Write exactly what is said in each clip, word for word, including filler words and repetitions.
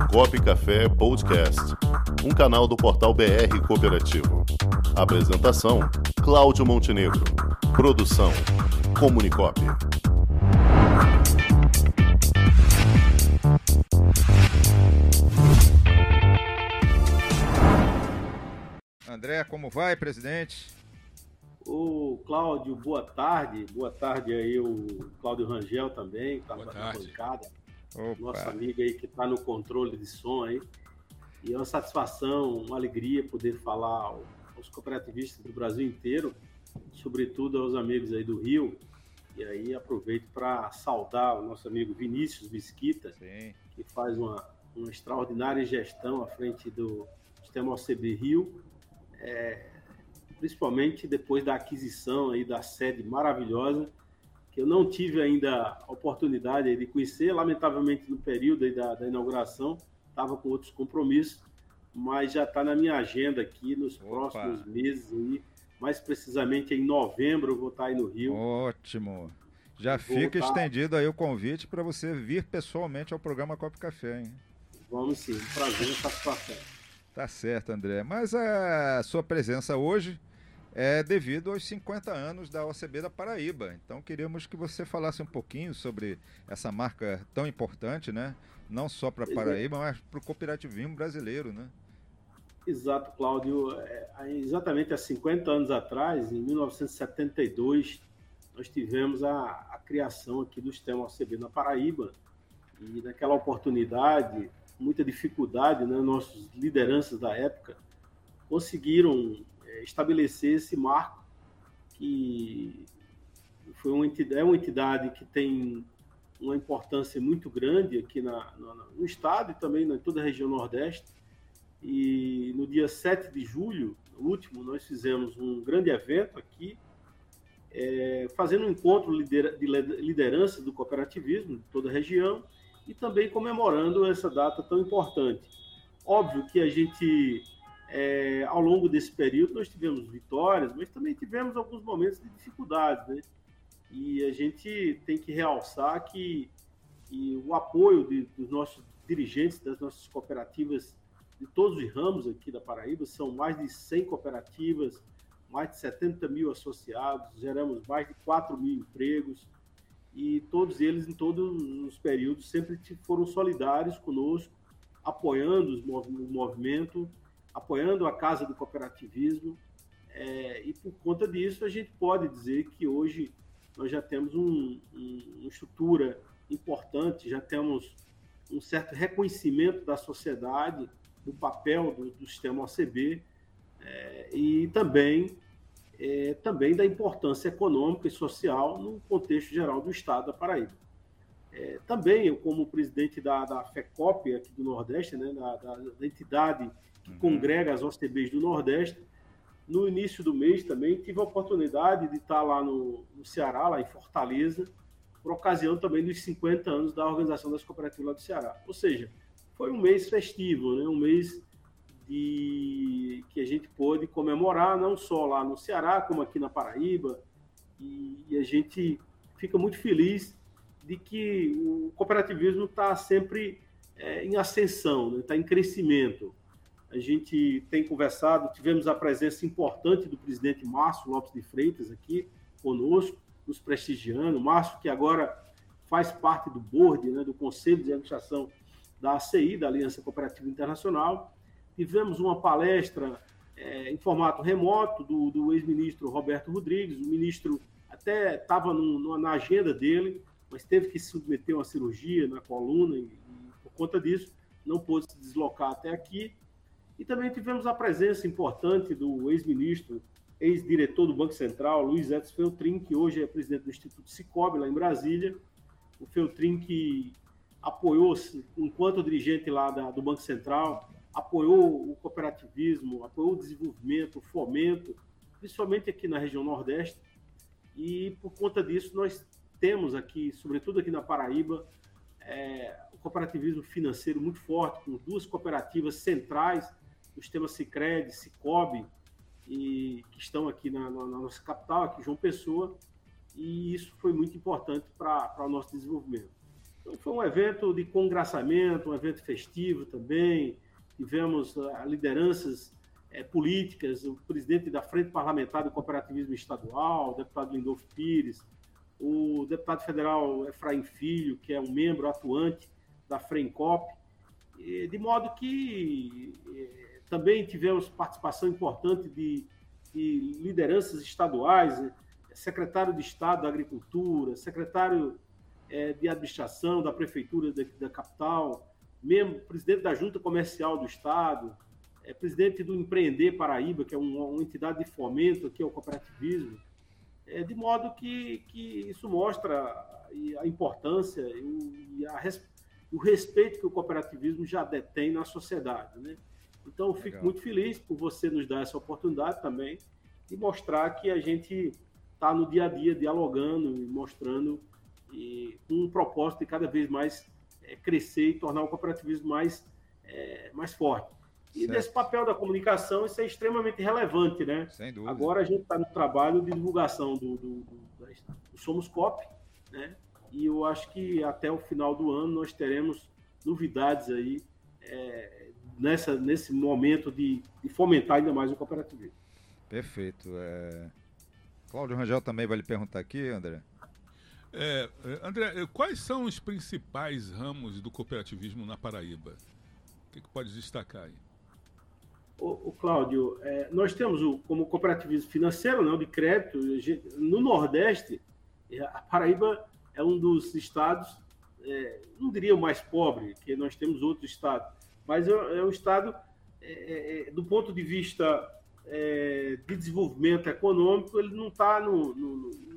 Copa Café Podcast, um canal do portal B R Cooperativo. Apresentação, Cláudio Montenegro. Produção, Comunicop. André, como vai, presidente? Ô, Cláudio, boa tarde. Boa tarde aí, o Cláudio Rangel também, que está na bancada. Opa. Nosso amigo aí que está no controle de som aí. E é uma satisfação, uma alegria poder falar aos cooperativistas do Brasil inteiro, sobretudo aos amigos aí do Rio. E aí aproveito para saudar o nosso amigo Vinícius Mesquita, Sim. que faz uma, uma extraordinária gestão à frente do Sistema O C B Rio, é, principalmente depois da aquisição aí da sede maravilhosa, que eu não tive ainda a oportunidade de conhecer, lamentavelmente no período aí da, da inauguração, estava com outros compromissos, mas já está na minha agenda aqui nos Opa. próximos meses, aí, mais precisamente em novembro eu vou estar aí no Rio. Ótimo! Já vou fica estar... estendido aí o convite para você vir pessoalmente ao programa Copa Café, hein? Vamos sim, um prazer e satisfação. Tá certo, André, mas a sua presença hoje é devido aos cinquenta anos da O C B da Paraíba. Então queríamos que você falasse um pouquinho sobre essa marca tão importante, né? Não só para Paraíba, mas para o cooperativismo brasileiro, né? Exato, Cláudio. É, exatamente há cinquenta anos atrás, em mil novecentos e setenta e dois, nós tivemos a, a criação aqui do sistema O C B na Paraíba. E naquela oportunidade, muita dificuldade, né? Nossos lideranças da época conseguiram estabelecer esse marco, que foi uma entidade, é uma entidade que tem uma importância muito grande aqui na, na, no estado e também em toda a região Nordeste. E no dia sete de julho, no último, nós fizemos um grande evento aqui, é, fazendo um encontro de liderança do cooperativismo de toda a região e também comemorando essa data tão importante. Óbvio que a gente... É, ao longo desse período nós tivemos vitórias, mas também tivemos alguns momentos de dificuldade, né? E a gente tem que realçar que, que o apoio de, dos nossos dirigentes, das nossas cooperativas, de todos os ramos aqui da Paraíba, são mais de cem cooperativas, mais de setenta mil associados, geramos mais de quatro mil empregos, e todos eles, em todos os períodos, sempre foram solidários conosco, apoiando os mov- o movimento, apoiando a Casa do Cooperativismo, é, e por conta disso a gente pode dizer que hoje nós já temos um, um, uma estrutura importante, já temos um certo reconhecimento da sociedade, do papel do, do sistema O C B, é, e também, é, também da importância econômica e social no contexto geral do Estado da Paraíba. É, também eu, como presidente da, da FECOP aqui do Nordeste, né, da, da, da entidade que congrega as O C Bs do Nordeste, no início do mês também tive a oportunidade de estar lá no, no Ceará, lá em Fortaleza, por ocasião também dos cinquenta anos da Organização das Cooperativas lá do Ceará. Ou seja, foi um mês festivo, né? Um mês de... que a gente pôde comemorar, não só lá no Ceará, como aqui na Paraíba, e, e a gente fica muito feliz de que o cooperativismo está sempre é, em ascensão, está, né? em crescimento. A gente tem conversado, tivemos a presença importante do presidente Márcio Lopes de Freitas aqui conosco, nos prestigiando. Márcio, que agora faz parte do board, né, do Conselho de Administração da A C I, da Aliança Cooperativa Internacional. Tivemos uma palestra é, em formato remoto do, do ex-ministro Roberto Rodrigues. O ministro até estava na agenda dele, mas teve que se submeter a uma cirurgia na coluna e, e por conta disso, não pôde se deslocar até aqui. E também tivemos a presença importante do ex-ministro, ex-diretor do Banco Central, Luiz Edson Feltrin, que hoje é presidente do Instituto Sicob, lá em Brasília. O Feltrin que apoiou, enquanto dirigente lá da, do Banco Central, apoiou o cooperativismo, apoiou o desenvolvimento, o fomento, principalmente aqui na região Nordeste. E, por conta disso, nós temos aqui, sobretudo aqui na Paraíba, é, o cooperativismo financeiro muito forte, com duas cooperativas centrais, o sistema Sicredi, Sicob, e que estão aqui na, na, na nossa capital, aqui em João Pessoa, e isso foi muito importante para o nosso desenvolvimento. Então, foi um evento de congraçamento, um evento festivo também. Tivemos uh, lideranças uh, políticas, o presidente da Frente Parlamentar do Cooperativismo Estadual, o deputado Lindolfo Pires, o deputado federal Efraim Filho, que é um membro atuante da FRENCOP, e, de modo que eh, também tivemos participação importante de, de lideranças estaduais, secretário de Estado da Agricultura, secretário eh, de Administração da Prefeitura da, da capital, membro, presidente da Junta Comercial do Estado, eh, presidente do Empreender Paraíba, que é uma, uma entidade de fomento aqui ao cooperativismo, eh, de modo que, que isso mostra a importância e, a, o respeito que o cooperativismo já detém na sociedade, né? Então, eu fico Legal. muito feliz por você nos dar essa oportunidade também de mostrar que a gente está no dia a dia dialogando e mostrando e, com um propósito de cada vez mais é, crescer e tornar o cooperativismo mais, é, mais forte. E certo. Nesse papel da comunicação, isso é extremamente relevante, né? Sem dúvida. Agora a gente está no trabalho de divulgação do, do, do, do Somos Coop, né? E eu acho que até o final do ano nós teremos novidades aí é, nessa, nesse momento de, de fomentar ainda mais o cooperativismo. Perfeito. É... Cláudio Rangel também vai lhe perguntar aqui, André. É, André, quais são os principais ramos do cooperativismo na Paraíba? O que, que pode destacar aí? O, o Cláudio, é, nós temos o, como cooperativismo financeiro, não, de crédito, no Nordeste, a Paraíba é um dos estados, é, não diria o mais pobre, que nós temos outros estados, mas é, é um estado, é, é, do ponto de vista é, de desenvolvimento econômico, ele não está no, no, no,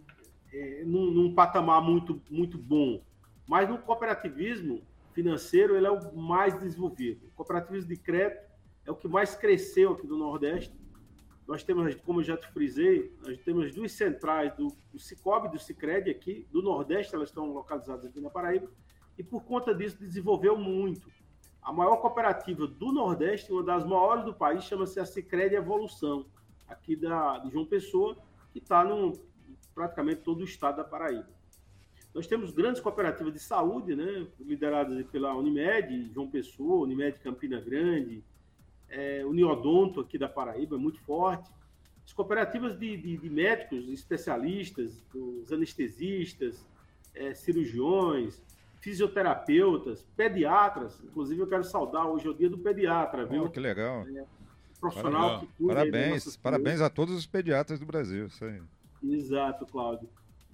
é, num, num patamar muito, muito bom. Mas no cooperativismo financeiro, ele é o mais desenvolvido. O cooperativismo de crédito é o que mais cresceu aqui do Nordeste. Nós temos, como eu já te frisei, nós temos duas centrais do, do Sicob e do Sicredi aqui, do Nordeste, elas estão localizadas aqui na Paraíba, e por conta disso desenvolveu muito. A maior cooperativa do Nordeste, uma das maiores do país, chama-se a Sicredi Evolução, aqui da, de João Pessoa, que está no praticamente todo o estado da Paraíba. Nós temos grandes cooperativas de saúde, né, lideradas pela Unimed, João Pessoa, Unimed Campina Grande, É, o Uniodonto aqui da Paraíba é muito forte. As cooperativas de, de, de médicos especialistas, os anestesistas, é, cirurgiões, fisioterapeutas, pediatras. Inclusive, eu quero saudar, hoje é o dia do pediatra, viu? Oh, que legal. É, profissional Parabéns. que cuida Parabéns, parabéns a todos os pediatras do Brasil. Isso aí. Exato, Cláudio.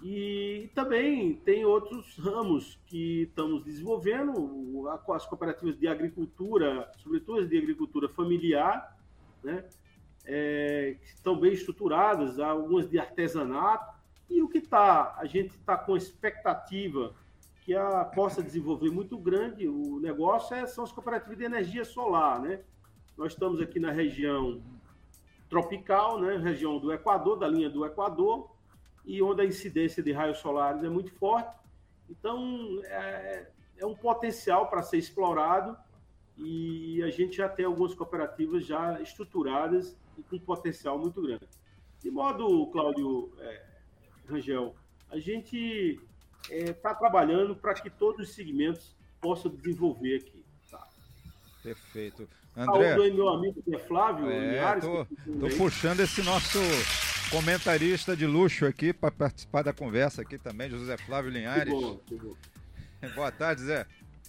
E também tem outros ramos que estamos desenvolvendo, as cooperativas de agricultura, sobretudo as de agricultura familiar, né? É, que estão bem estruturadas, algumas de artesanato, e o que tá, a gente está com expectativa que a possa desenvolver muito grande, o negócio é, são as cooperativas de energia solar, né? Nós estamos aqui na região tropical, né? Região do Equador, da linha do Equador, e onde a incidência de raios solares é muito forte. Então, é, é um potencial para ser explorado e a gente já tem algumas cooperativas já estruturadas e com potencial muito grande. De modo, Cláudio é, Rangel, a gente está é, trabalhando para que todos os segmentos possam desenvolver aqui. Tá? Perfeito. André, saúde aí, meu amigo, que é Flávio é, Linhares. Estou puxando esse nosso comentarista de luxo aqui para participar da conversa aqui também, José Flávio Linhares. Que bom, que bom. Boa tarde, Zé.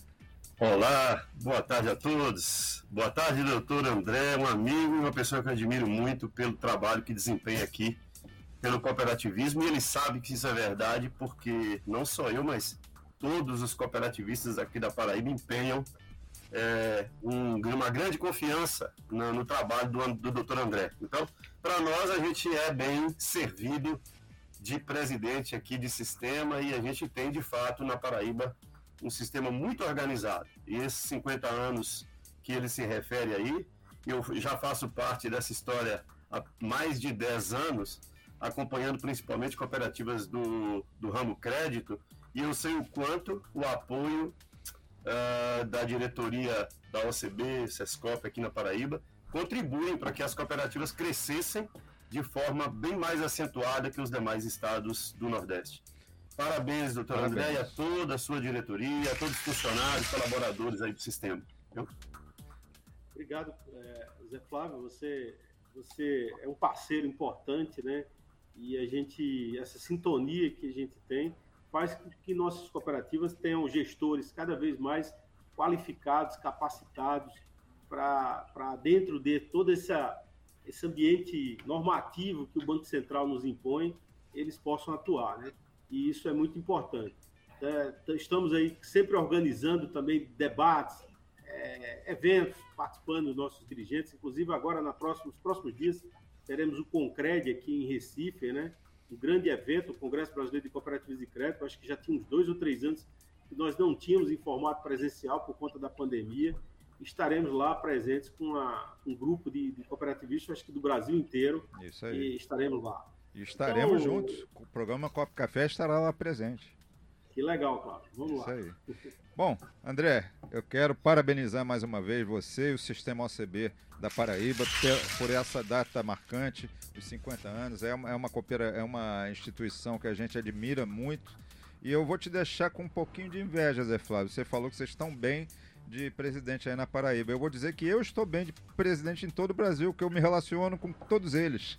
Olá, boa tarde a todos. Boa tarde, doutor André, um amigo e uma pessoa que eu admiro muito pelo trabalho que desempenha aqui pelo cooperativismo, e ele sabe que isso é verdade porque não só eu, mas todos os cooperativistas aqui da Paraíba empenham é, um, uma grande confiança no, no trabalho do, do doutor André. Então, para nós, a gente é bem servido de presidente aqui de sistema e a gente tem, de fato, na Paraíba, um sistema muito organizado. E esses cinquenta anos que ele se refere aí, eu já faço parte dessa história há mais de dez anos, acompanhando principalmente cooperativas do, do ramo crédito, e eu sei o quanto o apoio uh, da diretoria da O C B, Sescop aqui na Paraíba, contribuem para que as cooperativas crescessem de forma bem mais acentuada que os demais estados do Nordeste. Parabéns, doutor André, e a toda a sua diretoria, a todos os funcionários, colaboradores aí do sistema. Eu... Obrigado, é, Zé Flávio. Você, você é um parceiro importante, né? E a gente, essa sintonia que a gente tem, faz com que nossas cooperativas tenham gestores cada vez mais qualificados, capacitados, para dentro de todo essa, esse ambiente normativo que o Banco Central nos impõe, eles possam atuar, né? E isso é muito importante. É, estamos aí sempre organizando também debates, é, eventos, participando dos nossos dirigentes, inclusive agora na próxima, nos próximos dias teremos o Concred aqui em Recife, né? Um grande evento, o Congresso Brasileiro de Cooperativas de Crédito. Acho que já tinha uns dois ou três anos que nós não tínhamos em formato presencial por conta da pandemia. Estaremos lá presentes com a, um grupo de, de cooperativistas, acho que do Brasil inteiro. Isso aí. E estaremos lá. E estaremos então, juntos. O programa Copo Café estará lá presente. Que legal, Cláudio. Vamos Isso lá. Aí. Bom, André, eu quero parabenizar mais uma vez você e o Sistema O C B da Paraíba por essa data marcante, os cinquenta anos. É uma, é uma, coopera, é uma instituição que a gente admira muito. E eu vou te deixar com um pouquinho de inveja, Zé Flávio. Você falou que vocês estão bem de presidente aí na Paraíba. Eu vou dizer que eu estou bem de presidente em todo o Brasil, que eu me relaciono com todos eles.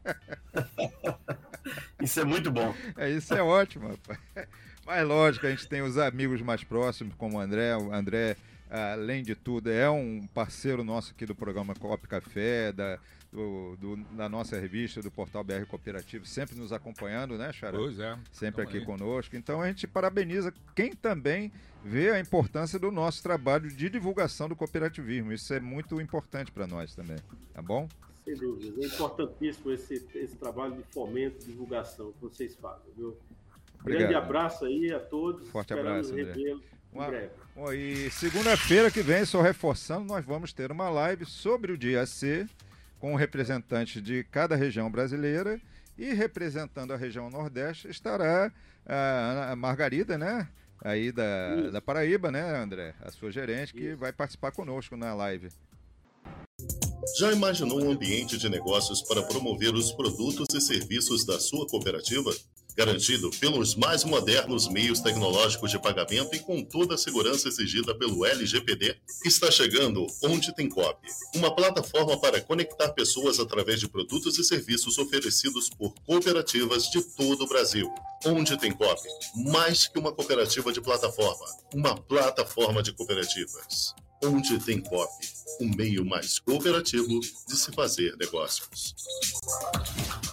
Isso é muito bom. É, isso é ótimo, rapaz. Mas lógico, a gente tem os amigos mais próximos, como o André. O André, além de tudo, é um parceiro nosso aqui do programa Copo Café, da, do, do, da nossa revista, do Portal B R Cooperativo, sempre nos acompanhando, né, Xará? Pois é. Sempre aqui aí. conosco. Então a gente parabeniza quem também vê a importância do nosso trabalho de divulgação do cooperativismo. Isso é muito importante para nós também, tá bom? Sem dúvida. É importantíssimo esse, esse trabalho de fomento, de divulgação que vocês fazem, viu? Obrigado. Grande abraço aí a todos. Forte Esperamos abraço, André. revê-los em Uma, breve. Bom, e segunda-feira que vem, só reforçando, nós vamos ter uma live sobre o dia C, com representantes de cada região brasileira, e representando a região Nordeste estará a, a Margarida, né? Aí da, da Paraíba, né, André? A sua gerente, que Isso. vai participar conosco na live. Já imaginou um ambiente de negócios para promover os produtos e serviços da sua cooperativa? Garantido pelos mais modernos meios tecnológicos de pagamento e com toda a segurança exigida pelo L G P D, está chegando Onde Tem Coop, uma plataforma para conectar pessoas através de produtos e serviços oferecidos por cooperativas de todo o Brasil. Onde Tem Coop, mais que uma cooperativa de plataforma, uma plataforma de cooperativas. Onde Tem Coop, o meio mais cooperativo de se fazer negócios.